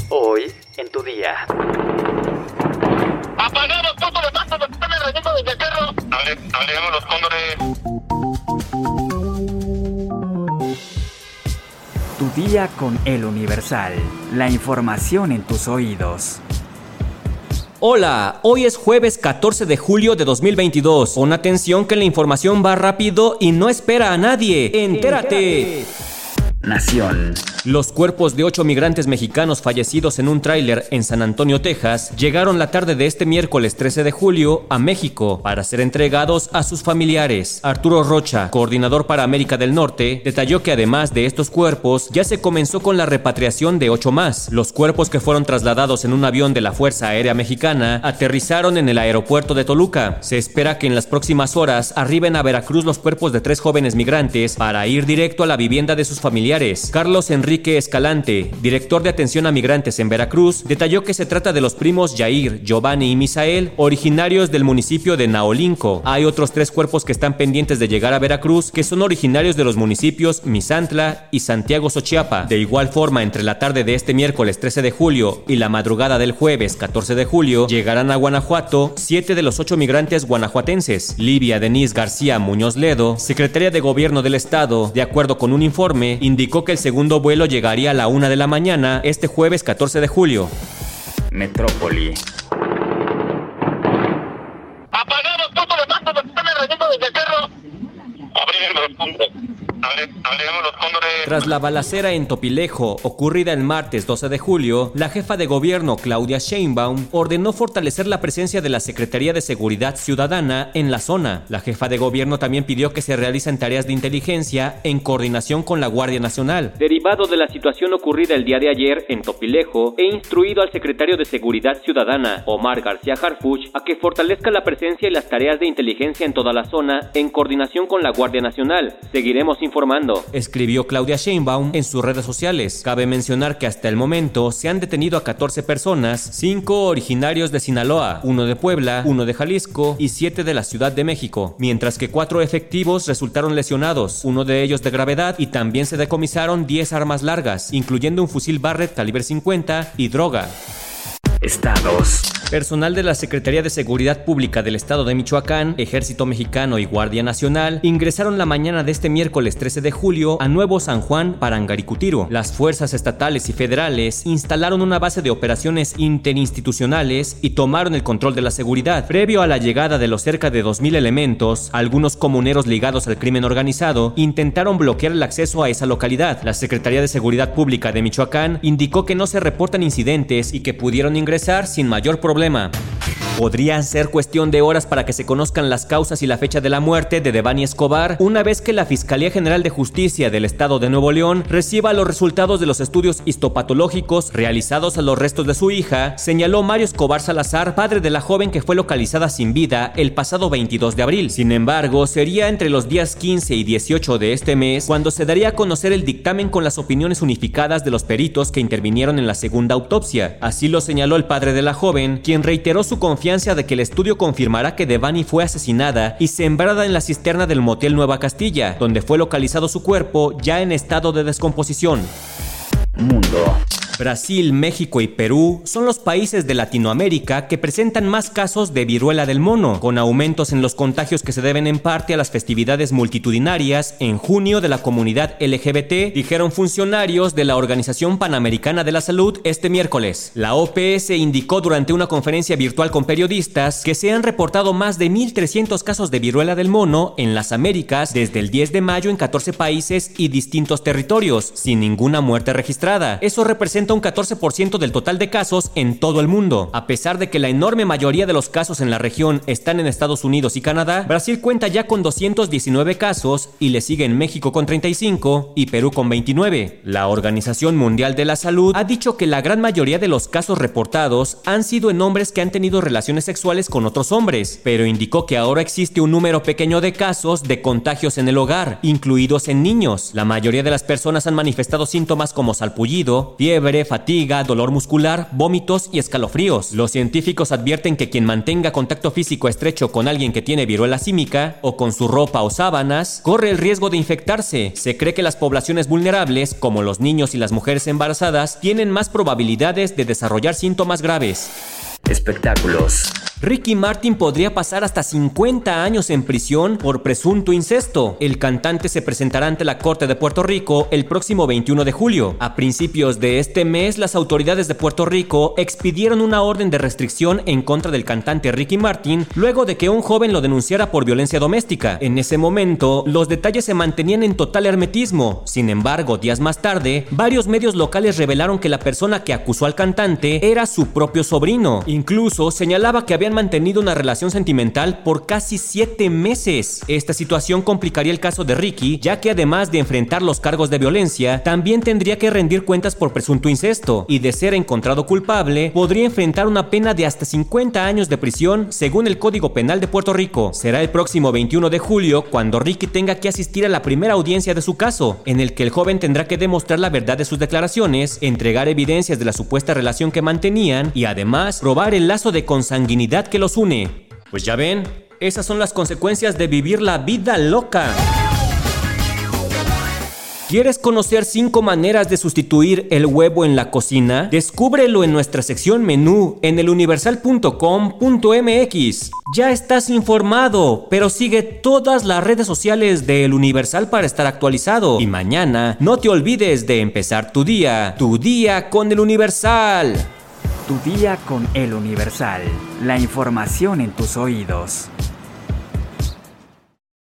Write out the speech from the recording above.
Hoy en tu día. ¡Apagamos todo de paso! ¡Me están rayando desde el carro! Abrimos los cóndores. Tu día con El Universal. La información en tus oídos. Hola, hoy es jueves 14 de julio de 2022. Pon atención que la información va rápido y no espera a nadie. ¡Entérate! Nación. Los cuerpos de 8 migrantes mexicanos fallecidos en un tráiler en San Antonio, Texas, llegaron la tarde de este miércoles 13 de julio a México para ser entregados a sus familiares. Arturo Rocha, coordinador para América del Norte, detalló que además de estos cuerpos, ya se comenzó con la repatriación de 8 más. Los cuerpos que fueron trasladados en un avión de la Fuerza Aérea Mexicana aterrizaron en el aeropuerto de Toluca. Se espera que en las próximas horas arriben a Veracruz los cuerpos de 3 jóvenes migrantes para ir directo a la vivienda de sus familiares. Carlos Enrique Escalante, director de atención a migrantes en Veracruz, detalló que se trata de los primos Yair, Giovanni y Misael, originarios del municipio de Naolinco. Hay otros 3 cuerpos que están pendientes de llegar a Veracruz, que son originarios de los municipios Misantla y Santiago Xochiapa. De igual forma, entre la tarde de este miércoles 13 de julio y la madrugada del jueves 14 de julio, llegarán a Guanajuato 7 de los 8 migrantes guanajuatenses. Livia Denise García Muñoz Ledo, secretaria de Gobierno del Estado, de acuerdo con un informe, indicó que el segundo vuelo llegaría a la 1 de la mañana este jueves 14 de julio. Metrópoli. ¡Apagamos todo de paso! ¡Me están rayando desde el carro! Abrimos los cóndores. Tras la balacera en Topilejo, ocurrida el martes 12 de julio, la jefa de gobierno Claudia Sheinbaum ordenó fortalecer la presencia de la Secretaría de Seguridad Ciudadana en la zona. La jefa de gobierno también pidió que se realicen tareas de inteligencia en coordinación con la Guardia Nacional. Derivado de la situación ocurrida el día de ayer en Topilejo, he instruido al secretario de Seguridad Ciudadana, Omar García Harfuch, a que fortalezca la presencia y las tareas de inteligencia en toda la zona en coordinación con la Guardia Nacional. Seguiremos informando, escribió Claudia Sheinbaum en sus redes sociales. Cabe mencionar que hasta el momento se han detenido a 14 personas, 5 originarios de Sinaloa, 1 de Puebla, 1 de Jalisco y 7 de la Ciudad de México, mientras que 4 efectivos resultaron lesionados, 1 de ellos de gravedad, y también se decomisaron 10 armas largas, incluyendo un fusil Barrett calibre 50 y droga. Estados. Personal de la Secretaría de Seguridad Pública del Estado de Michoacán, Ejército Mexicano y Guardia Nacional ingresaron la mañana de este miércoles 13 de julio a Nuevo San Juan, Parangaricutiro. Las fuerzas estatales y federales instalaron una base de operaciones interinstitucionales y tomaron el control de la seguridad. Previo a la llegada de los cerca de 2,000 elementos, algunos comuneros ligados al crimen organizado intentaron bloquear el acceso a esa localidad. La Secretaría de Seguridad Pública de Michoacán indicó que no se reportan incidentes y que pudieron ingresar sin mayor problema. Podría ser cuestión de horas para que se conozcan las causas y la fecha de la muerte de Devani Escobar, una vez que la Fiscalía General de Justicia del Estado de Nuevo León reciba los resultados de los estudios histopatológicos realizados a los restos de su hija, señaló Mario Escobar Salazar, padre de la joven que fue localizada sin vida el pasado 22 de abril. Sin embargo, sería entre los días 15 y 18 de este mes cuando se daría a conocer el dictamen con las opiniones unificadas de los peritos que intervinieron en la segunda autopsia. Así lo señaló el padre de la joven, quien reiteró su confianza de que el estudio confirmará que Devani fue asesinada y sembrada en la cisterna del motel Nueva Castilla, donde fue localizado su cuerpo ya en estado de descomposición. Mundo. Brasil, México y Perú son los países de Latinoamérica que presentan más casos de viruela del mono, con aumentos en los contagios que se deben en parte a las festividades multitudinarias en junio de la comunidad LGBT, dijeron funcionarios de la Organización Panamericana de la Salud este miércoles. La OPS indicó durante una conferencia virtual con periodistas que se han reportado más de 1,300 casos de viruela del mono en las Américas desde el 10 de mayo en 14 países y distintos territorios, sin ninguna muerte registrada. Eso representa un 14% del total de casos en todo el mundo. A pesar de que la enorme mayoría de los casos en la región están en Estados Unidos y Canadá, Brasil cuenta ya con 219 casos y le siguen México con 35 y Perú con 29. La Organización Mundial de la Salud ha dicho que la gran mayoría de los casos reportados han sido en hombres que han tenido relaciones sexuales con otros hombres, pero indicó que ahora existe un número pequeño de casos de contagios en el hogar, incluidos en niños. La mayoría de las personas han manifestado síntomas como salpullido, fiebre fiebre, fatiga, dolor muscular, vómitos y escalofríos. Los científicos advierten que quien mantenga contacto físico estrecho con alguien que tiene viruela símica o con su ropa o sábanas corre el riesgo de infectarse. Se cree que las poblaciones vulnerables, como los niños y las mujeres embarazadas, tienen más probabilidades de desarrollar síntomas graves. Espectáculos. Ricky Martin podría pasar hasta 50 años en prisión por presunto incesto. El cantante se presentará ante la Corte de Puerto Rico el próximo 21 de julio. A principios de este mes, las autoridades de Puerto Rico expidieron una orden de restricción en contra del cantante Ricky Martin luego de que un joven lo denunciara por violencia doméstica. En ese momento, los detalles se mantenían en total hermetismo. Sin embargo, días más tarde, varios medios locales revelaron que la persona que acusó al cantante era su propio sobrino. Incluso señalaba que habían mantenido una relación sentimental por casi 7 meses. Esta situación complicaría el caso de Ricky, ya que además de enfrentar los cargos de violencia, también tendría que rendir cuentas por presunto incesto, y de ser encontrado culpable, podría enfrentar una pena de hasta 50 años de prisión, según el Código Penal de Puerto Rico. Será el próximo 21 de julio cuando Ricky tenga que asistir a la primera audiencia de su caso, en el que el joven tendrá que demostrar la verdad de sus declaraciones, entregar evidencias de la supuesta relación que mantenían y además probar el lazo de consanguinidad que los une. Pues ya ven, esas son las consecuencias de vivir la vida loca. ¿Quieres conocer 5 maneras de sustituir el huevo en la cocina? Descúbrelo en nuestra sección menú en eluniversal.com.mx. Ya estás informado, pero sigue todas las redes sociales de El Universal para estar actualizado. Y mañana no te olvides de empezar tu día con El Universal. Tu día con El Universal. La información en tus oídos.